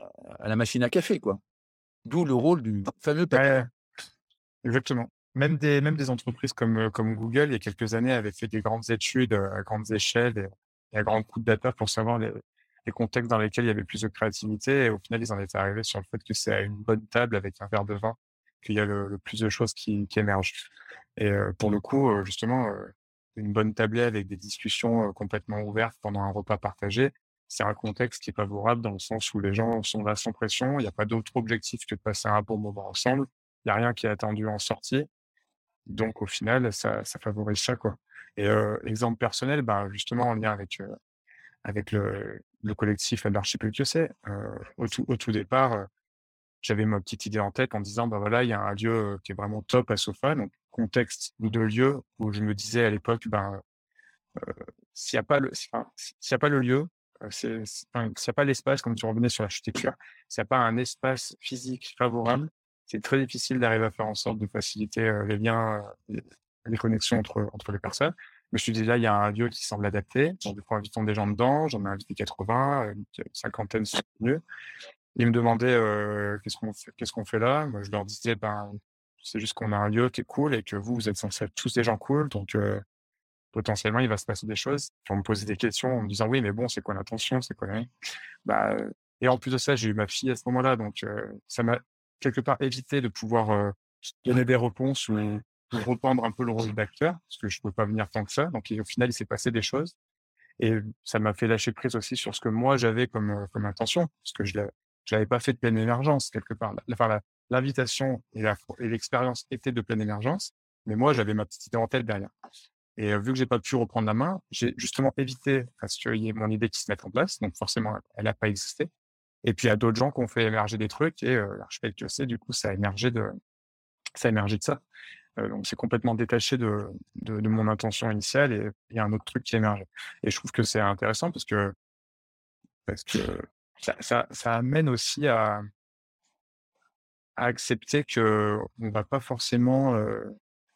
[SPEAKER 2] à la machine à café, quoi. D'où le rôle du fameux
[SPEAKER 1] Ouais,
[SPEAKER 2] papillon.
[SPEAKER 1] exactement. Même des même des entreprises comme, heu, comme Google, il y a quelques années, avaient fait des grandes études, heu, à grandes échelles et et à grands coups de data pour savoir les les contextes dans lesquels il y avait plus de créativité et au final, ils en étaient arrivés sur le fait que c'est à une bonne table avec un verre de vin qu'il y a le le plus de choses qui qui émergent et heu, pour le coup, heu, justement, heu, une bonne tablée avec des discussions, heu, complètement ouvertes pendant un repas partagé, c'est un contexte qui est favorable dans le sens où les gens sont là sans pression. Il y a pas d'autre objectif que de passer un bon moment ensemble. Il y a rien qui est attendu en sortie. Donc au final, ça ça favorise ça, quoi et heu, exemple personnel, ben, justement en lien avec, heu, avec le le collectif Anarchipel Kiossé, heu, au tout au tout départ, heu, j'avais ma petite idée en tête en disant: «Bah, voilà, il y a un lieu, heu, qui est vraiment top à Sofia», donc contexte de lieu où je me disais à l'époque, ben, heu, s'il y a pas le s enfin, s s'il y a pas le lieu, heu, c'est s enfin, s'il y a pas l'espace, comme tu revenais sur l'architecture, s'il y a pas un espace physique favorable, c'est très difficile d'arriver à faire en sorte de faciliter, heu, les liens, heu, les les connexions entre entre les personnes. Je me suis dit: «Là, il y a un lieu qui semble adapté, donc du coup, invitons des gens dedans». J'en ai invité quatre-vingts, heu, une cinquantaine sont venus. Ils me demandaient, heu: «Qu'est-ce qu'on fait qu'est-ce qu'on fait là?» Moi, je leur disais: «Ben, c'est juste qu'on a un lieu qui est cool et que vous, vous êtes censés être tous des gens cool, donc heu, potentiellement, il va se passer des choses». Ils vont me poser des questions en me disant: «Oui, mais bon, c'est quoi l'intention? C'est quoi la» bah, heu et en plus de ça, j'ai eu ma fille à ce moment-là, donc heu, ça m'a quelque part évité de pouvoir, heu, donner des réponses ou ou reprendre un peu le rôle d'acteur, parce que je pouvais pas venir tant que ça, donc et au final, il s'est passé des choses et ça m'a fait lâcher prise aussi sur ce que moi j'avais comme, heu, comme intention, parce que je l'a je l'avais pas fait de pleine émergence quelque part. La enfin la l'invitation et la et l'expérience étaient de pleine émergence, mais moi j'avais ma petite idée en tête derrière et heu, vu que j'ai pas pu reprendre la main, j'ai justement évité à ce qu'il y ait mon idée qui se mette en place, donc forcément elle a pas existé et puis il y a d'autres gens qui ont fait émerger des trucs et heu, l'archipel Kiossé du coup ça a émergé de ça a émergé de ça. Heu, donc c'est complètement détaché de de de mon intention initiale et il y a un autre truc qui émerge et je trouve que c'est intéressant parce que parce que ça ça ça amène aussi à à accepter qu'on va pas forcément, heu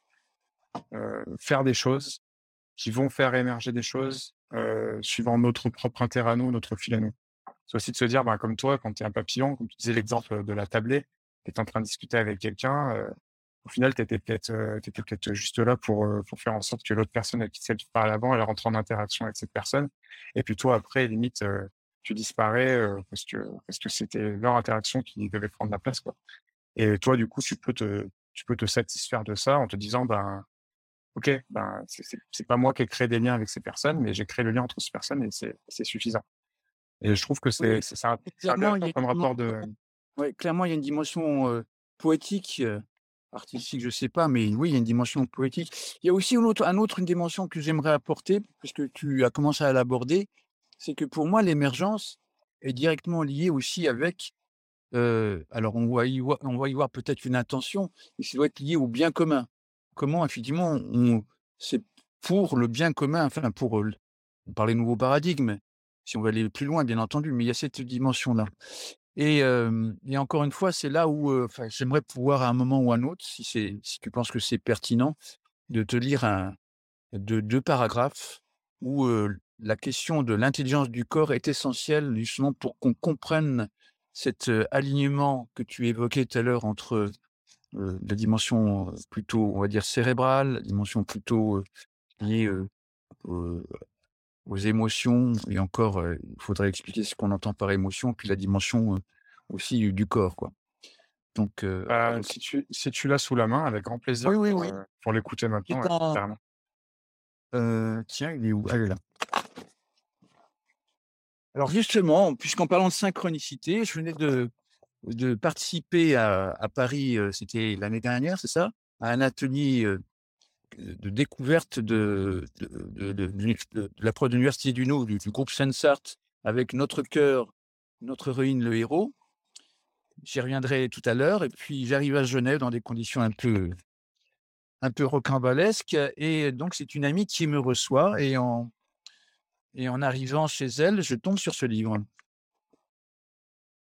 [SPEAKER 1] heu, faire des choses qui vont faire émerger des choses, heu, suivant notre propre intérêt à nous, notre fil à nous. C'est aussi de se dire, ben, comme toi, quand tu es un papillon, comme tu disais l'exemple de la tablée, tu étais en train de discuter avec quelqu'un, heu, au final, tu étais peut-être, heu, tu étais peut-être juste là pour, heu, pour faire en sorte que l'autre personne avec qui celle qui parle avant, elle rentre en interaction avec cette personne et puis toi, après, limite, heu, tu disparais, heu, parce que parce que c'était leur interaction qui devait prendre la place, quoi et toi, du coup, tu peux te tu peux te satisfaire de ça en te disant: «Ben, OK, ben, c'est c'est c'est pas moi qui ai créé des liens avec ces personnes, mais j'ai créé le lien entre ces personnes et c'est c'est suffisant» et je trouve que c'est
[SPEAKER 2] Oui,
[SPEAKER 1] c'est c'est int
[SPEAKER 2] et
[SPEAKER 1] c'est
[SPEAKER 2] clairement, il y
[SPEAKER 1] intéressant
[SPEAKER 2] a
[SPEAKER 1] comme
[SPEAKER 2] une dimen
[SPEAKER 1] rapport de
[SPEAKER 2] ouais, clairement, il y a une dimension, heu, poétique, heu, artistique, je sais pas, mais oui, il y a une dimension poétique. Il y a aussi une autre un autre une dimension que j'aimerais apporter, puisque tu as commencé à l'aborder, c'est que pour moi, l'émergence est directement liée aussi avec, heu, alors on va y voir on va y voir peut-être une intention, mais ça doit être lié au bien commun. Comment effectivement on c'est pour le bien commun, enfin pour, heu, l on parlait de nouveau paradigme, si on veut aller plus loin bien entendu, mais il y a cette dimension-là. Et hem et encore une fois, c'est là où, heu, enfin, j'aimerais pouvoir à un moment ou un autre, si c'est si tu penses que c'est pertinent, de te lire un de deux paragraphes où, heu, la question de l'intelligence du corps est essentielle justement pour qu'on comprenne cet, heu, alignement que tu évoquais tout à l'heure entre, heu, la dimension, heu, plutôt, on va dire cérébrale, la dimension plutôt, heu, liée, heu, heu, aux émotions et encore, heu, il faudrait expliquer ce qu'on entend par émotion, puis la dimension, heu, aussi, heu, du corps, quoi. Donc heu,
[SPEAKER 1] bah,
[SPEAKER 2] donc
[SPEAKER 1] si tu si tu l'as sous la main, avec grand plaisir
[SPEAKER 2] oui, oui,
[SPEAKER 1] pour,
[SPEAKER 2] oui.
[SPEAKER 1] heu, pour l'écouter maintenant,
[SPEAKER 2] C'est
[SPEAKER 1] ouais,
[SPEAKER 2] un
[SPEAKER 1] carrément.
[SPEAKER 2] heu, tiens, il est où? Ah, il est là. Alors justement, puisqu'en parlant de synchronicité, je venais de de participer à à Paris, heu, c'était l'année dernière, c'est ça? À un atelier, heu, de découverte de de de de l'uni de de l'approche de l'université du Nou, du du groupe Sensart avec notre cœur, notre héroïne, le héros. J'y reviendrai tout à l'heure et puis j'arrive à Genève dans des conditions un peu un peu rocambolesques et donc c'est une amie qui me reçoit et en et en arrivant chez elle, je tombe sur ce livre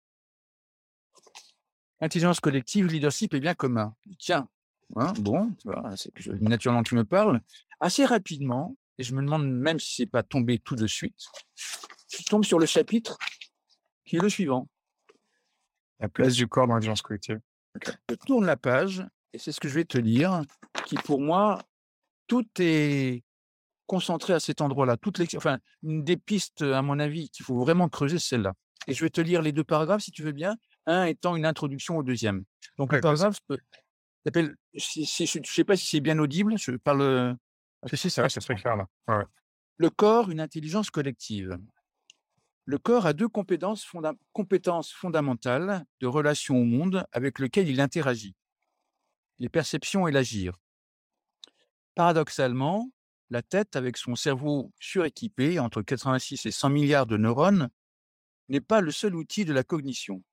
[SPEAKER 2] intelligence collective, leadership et bien commun. Tiens, hein, bon, tu vois, c'est quelque chose naturellement qui me parle. Assez rapidement, et je me demande même si c'est pas tombé tout de suite, je tombe sur le chapitre qui est le suivant.
[SPEAKER 1] La place du corps dans l'intelligence collective. OK.
[SPEAKER 2] Je tourne la page et c'est ce que je vais te lire, qui pour moi, tout est concentré à cet endroit-là. Toutes les, enfin, une des pistes, à mon avis, qu'il faut vraiment creuser, c'est celle-là. Et je vais te lire les deux paragraphes, si tu veux bien, un étant une introduction au deuxième. Donc, le
[SPEAKER 1] Ouais, vas-y.
[SPEAKER 2] paragraphe peut- s'appelle, si, si- je ne sais pas si c'est bien audible, je parle. euh,
[SPEAKER 1] Si, si, c'est vrai, c'est très clair là. Ouais, ouais.
[SPEAKER 2] Le corps, une intelligence collective. Le corps a deux compétences, fonda- compétences fondamentales de relation au monde avec lequel il interagit, les perceptions et l'agir. Paradoxalement, la tête, avec son cerveau suréquipé, entre quatre-vingt-six et cent milliards de neurones, n'est pas le seul outil de la cognition.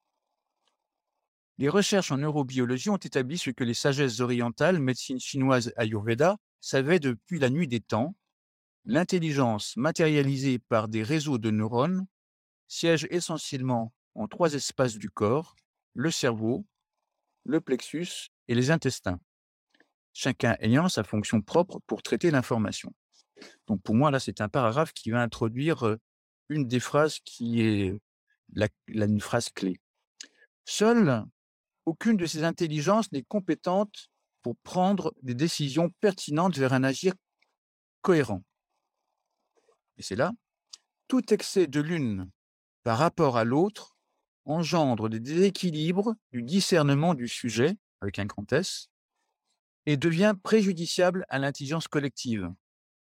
[SPEAKER 2] Les recherches en neurobiologie ont établi ce que les sagesses orientales, médecine chinoise Ayurveda, savaient depuis la nuit des temps. L'intelligence matérialisée par des réseaux de neurones siège essentiellement en trois espaces du corps: le cerveau, le plexus et les intestins, chacun ayant sa fonction propre pour traiter l'information. Donc pour moi, là, c'est un paragraphe qui va introduire euh, une des phrases qui est la, la- une phrase clé. Seule aucune de ces intelligences n'est compétente pour prendre des décisions pertinentes vers un agir cohérent. Et c'est là, tout excès de l'une par rapport à l'autre engendre des déséquilibres du discernement du sujet, avec un grand S, et devient préjudiciable à l'intelligence collective.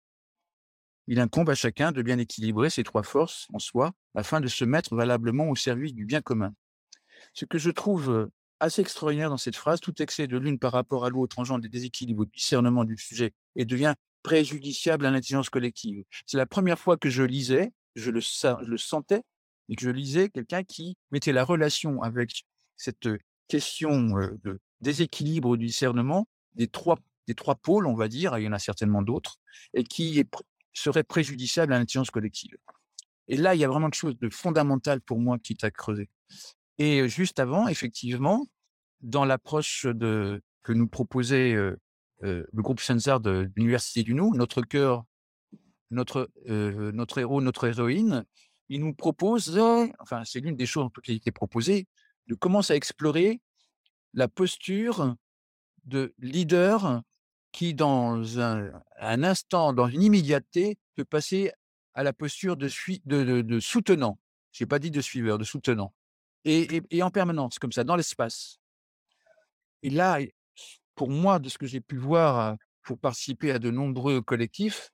[SPEAKER 2] Il incombe à chacun de bien équilibrer ces trois forces en soi afin de se mettre valablement au service du bien commun. Ce que je trouve euh, assez extraordinaire dans cette phrase, tout excès de l'une par rapport à l'autre engendre des déséquilibres au discernement du sujet et devient préjudiciable à l'intelligence collective. C'est la première fois que je lisais, je le, sa- je le sentais, et que je lisais quelqu'un qui mettait la relation avec cette euh, question euh, de déséquilibre du discernement des trois, des trois pôles, on va dire, il y en a certainement d'autres, et qui est pr- serait préjudiciable à l'intelligence collective. Et là, il y a vraiment quelque chose de fondamental pour moi qui est à creuser. Et heu, juste avant, effectivement, dans l'approche de que nous proposait, heu heu, le groupe Sensar de l'université du Nou, notre cœur, notre, heu, notre héros, notre héroïne, il nous propose, enfin, c'est l'une des choses en tout cas qui était proposée, de commencer à explorer la posture de leader qui, dans un un instant, dans une immédiateté, peut passer à la posture de sui de de de soutenant. J'ai pas dit de suiveur, de soutenant. Et et et en permanence comme ça, dans l'espace. Et là, et pour moi, de ce que j'ai pu voir, heu, pour participer à de nombreux collectifs,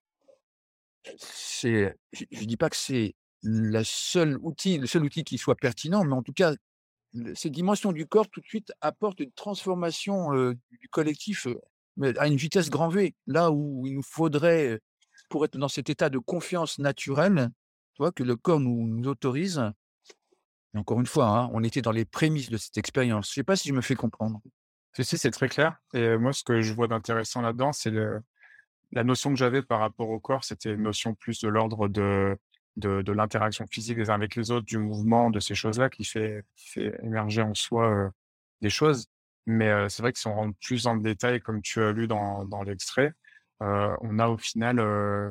[SPEAKER 2] c'est je je dis pas que c'est la seule outil le seul outil qui soit pertinent, mais en tout cas, le cette dimension du corps, tout de suite, apporte une transformation, heu, du collectif, heu, mais à une vitesse grand V. Là où il nous faudrait, heu, pour être dans cet état de confiance naturelle, tu vois, que le corps nous nous autorise. Et encore une fois, hein, on était dans les prémices de cette expérience. Je sais pas si je me fais comprendre?
[SPEAKER 1] Si, si, c'est très clair et heu, moi, ce que je vois d'intéressant là-dedans, c'est le la notion que j'avais par rapport au corps, c'était une notion plus de l'ordre de de de l'interaction physique les uns avec les autres, du mouvement, de ces choses-là qui fait qui fait émerger en soi, heu, des choses. Mais heu, c'est vrai que si on rentre plus dans le détail, comme tu as lu dans dans l'extrait, heu, on a au final, heu,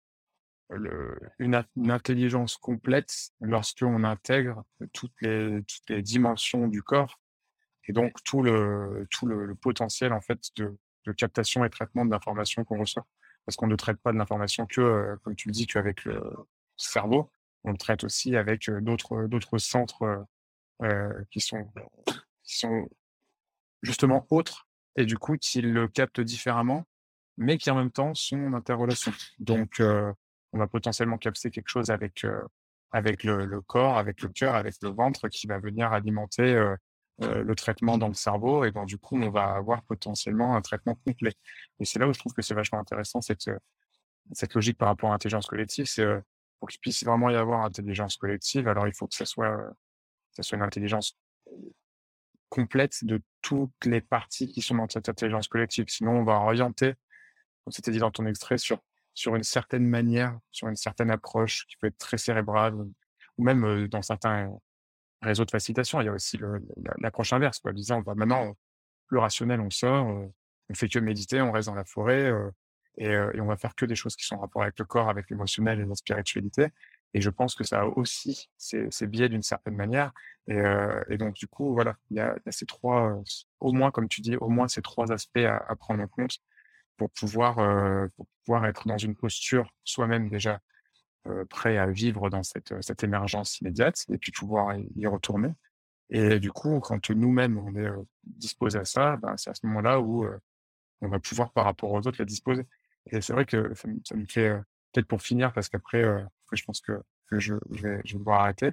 [SPEAKER 1] le une in une intelligence complète lorsqu'on intègre toutes les toutes les dimensions du corps et donc tout le tout le le potentiel en fait de de captation et traitement de l'information qu'on reçoit. Parce qu'on ne traite pas de l'information que, heu, comme tu le dis, qu'avec le cerveau. On le traite aussi avec, heu, d'autres, d'autres centres, heu heu, qui sont qui sont justement autres et du coup qui le captent différemment, mais qui en même temps sont en interrelation. Donc heu, on va potentiellement capter quelque chose avec, heu, avec le le corps, avec le cœur, avec le ventre qui va venir alimenter, heu heu, le traitement dans le cerveau et donc du coup, on va avoir potentiellement un traitement complet et c'est là où je trouve que c'est vachement intéressant cette, heu, cette logique par rapport à l'intelligence collective. C'est, heu, pour qu'il puisse vraiment y avoir intelligence collective, alors il faut que ça soit, heu, ça soit une intelligence complète de toutes les parties qui sont dans cette intelligence collective. Sinon, on va orienter, comme c'était dit dans ton extrait, sur sur une certaine manière, sur une certaine approche qui peut être très cérébrale ou même, heu, dans certains réseau de facilitation. Il y a aussi le la l'approche inverse, quoi, disant: «Bah, maintenant, plus rationnel, on sort, heu, on fait que méditer, on reste dans la forêt, heu et heu et on va faire que des choses qui sont en rapport avec le corps, avec l'émotionnel et la spiritualité» et je pense que ça a aussi ses ses biais d'une certaine manière et heu et donc du coup, voilà, il y a il y a ces trois, heu, au moins, comme tu dis, au moins ces trois aspects à à prendre en compte pour pouvoir, heu, pour pouvoir être dans une posture soi-même déjà, heu, prêt à vivre dans cette, heu, cette émergence immédiate et puis pouvoir y y retourner et du coup, quand nous-mêmes on est, heu, disposés à ça, ben, c'est à ce moment-là où, heu, on va pouvoir par rapport aux autres les disposer et c'est vrai que ça me ça me fait, heu, peut-être pour finir parce qu'après, heu, après je pense que que je je vais je vais devoir arrêter.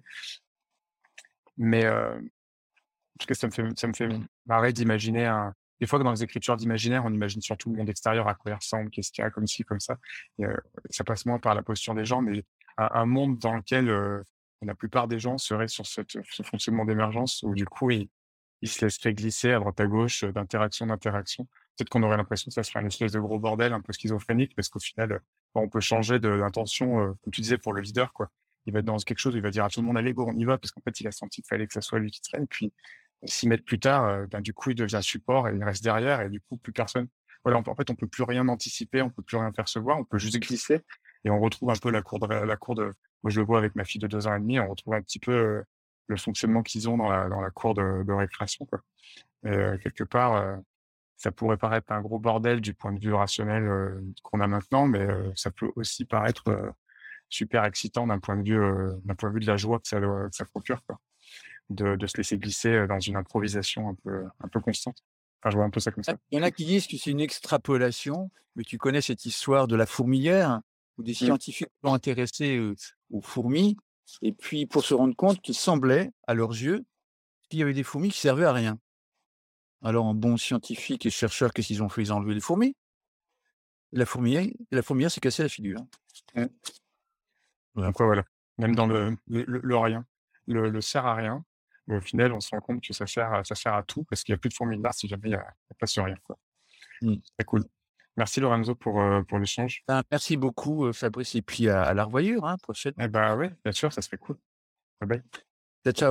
[SPEAKER 1] Mais, heu, parce que ça me fait ça me fait marrer d'imaginer un des fois dans les écritures d'imaginaire, on imagine surtout le monde extérieur, à quoi il ressemble, qu'est-ce qu'il y a comme ci, comme ça et heu, ça passe moins par la posture des gens, mais un un monde dans lequel, heu, la plupart des gens seraient sur cette ce fonctionnement d'émergence où du coup ils ils se laisseraient glisser à droite à gauche, heu, d'interaction d'interaction. Peut-être qu'on aurait l'impression que ça serait un espèce de gros bordel un peu schizophrénique parce qu'au final, heu, on peut changer de d'intention, heu, comme tu disais pour le leader, quoi. Il va être dans quelque chose où il va dire à tout le monde: «Allez go, on y va», parce qu'en fait, il a senti qu'il fallait que ça soit lui qui traîne. Puis six mètres plus tard, heu, ben, du coup, il devient support et il reste derrière et du coup, plus personne voilà, on peut en fait, on peut plus rien anticiper, on peut plus rien percevoir, on peut juste glisser et on retrouve un peu la cour de la cour de moi, je le vois avec ma fille de deux ans et demi, on retrouve un petit peu, heu, le fonctionnement qu'ils ont dans la dans la cour de de récréation, quoi. Et heu, quelque part, heu, ça pourrait paraître un gros bordel du point de vue rationnel, heu, qu'on a maintenant, mais heu, ça peut aussi paraître, heu, super excitant d'un point de vue, heu, d'un point de vue de la joie que ça doit que ça procure, quoi. De de se laisser glisser, heu, dans une improvisation un peu un peu constante. Enfin, je vois un peu ça comme
[SPEAKER 2] Ah,
[SPEAKER 1] ça.
[SPEAKER 2] il y en a qui disent que c'est une extrapolation, mais tu connais cette histoire de la fourmilière, où des
[SPEAKER 1] Mmh.
[SPEAKER 2] scientifiques sont intéressés, heu, aux fourmis et puis pour se rendre compte qu'il semblait, à leurs yeux, qu'il y avait des fourmis qui servaient à rien. Alors en bons scientifiques et chercheurs, qu'est-ce qu'ils ont fait? Ils ont enlevé les fourmis. La fourmilière la fourmilière s'est cassée la figure.
[SPEAKER 1] Mmh.
[SPEAKER 2] Voilà.
[SPEAKER 1] Donc ouais, voilà. Même dans le le le le rien, le le sert à rien, mais au final, on se rend compte que ça sert à ça sert à tout parce qu'il y a plus de fourmilières si jamais il y a il y a place sur rien, quoi.
[SPEAKER 2] Mmh.
[SPEAKER 1] Très cool. Merci Lorenzo pour, heu, pour l'échange.
[SPEAKER 2] Ben, merci beaucoup, heu, Fabrice et puis à à la revoyure, hein, prochaine.
[SPEAKER 1] Eh bah, ouais, bien sûr, ça serait cool. Bye bye.
[SPEAKER 2] Ciao, ciao.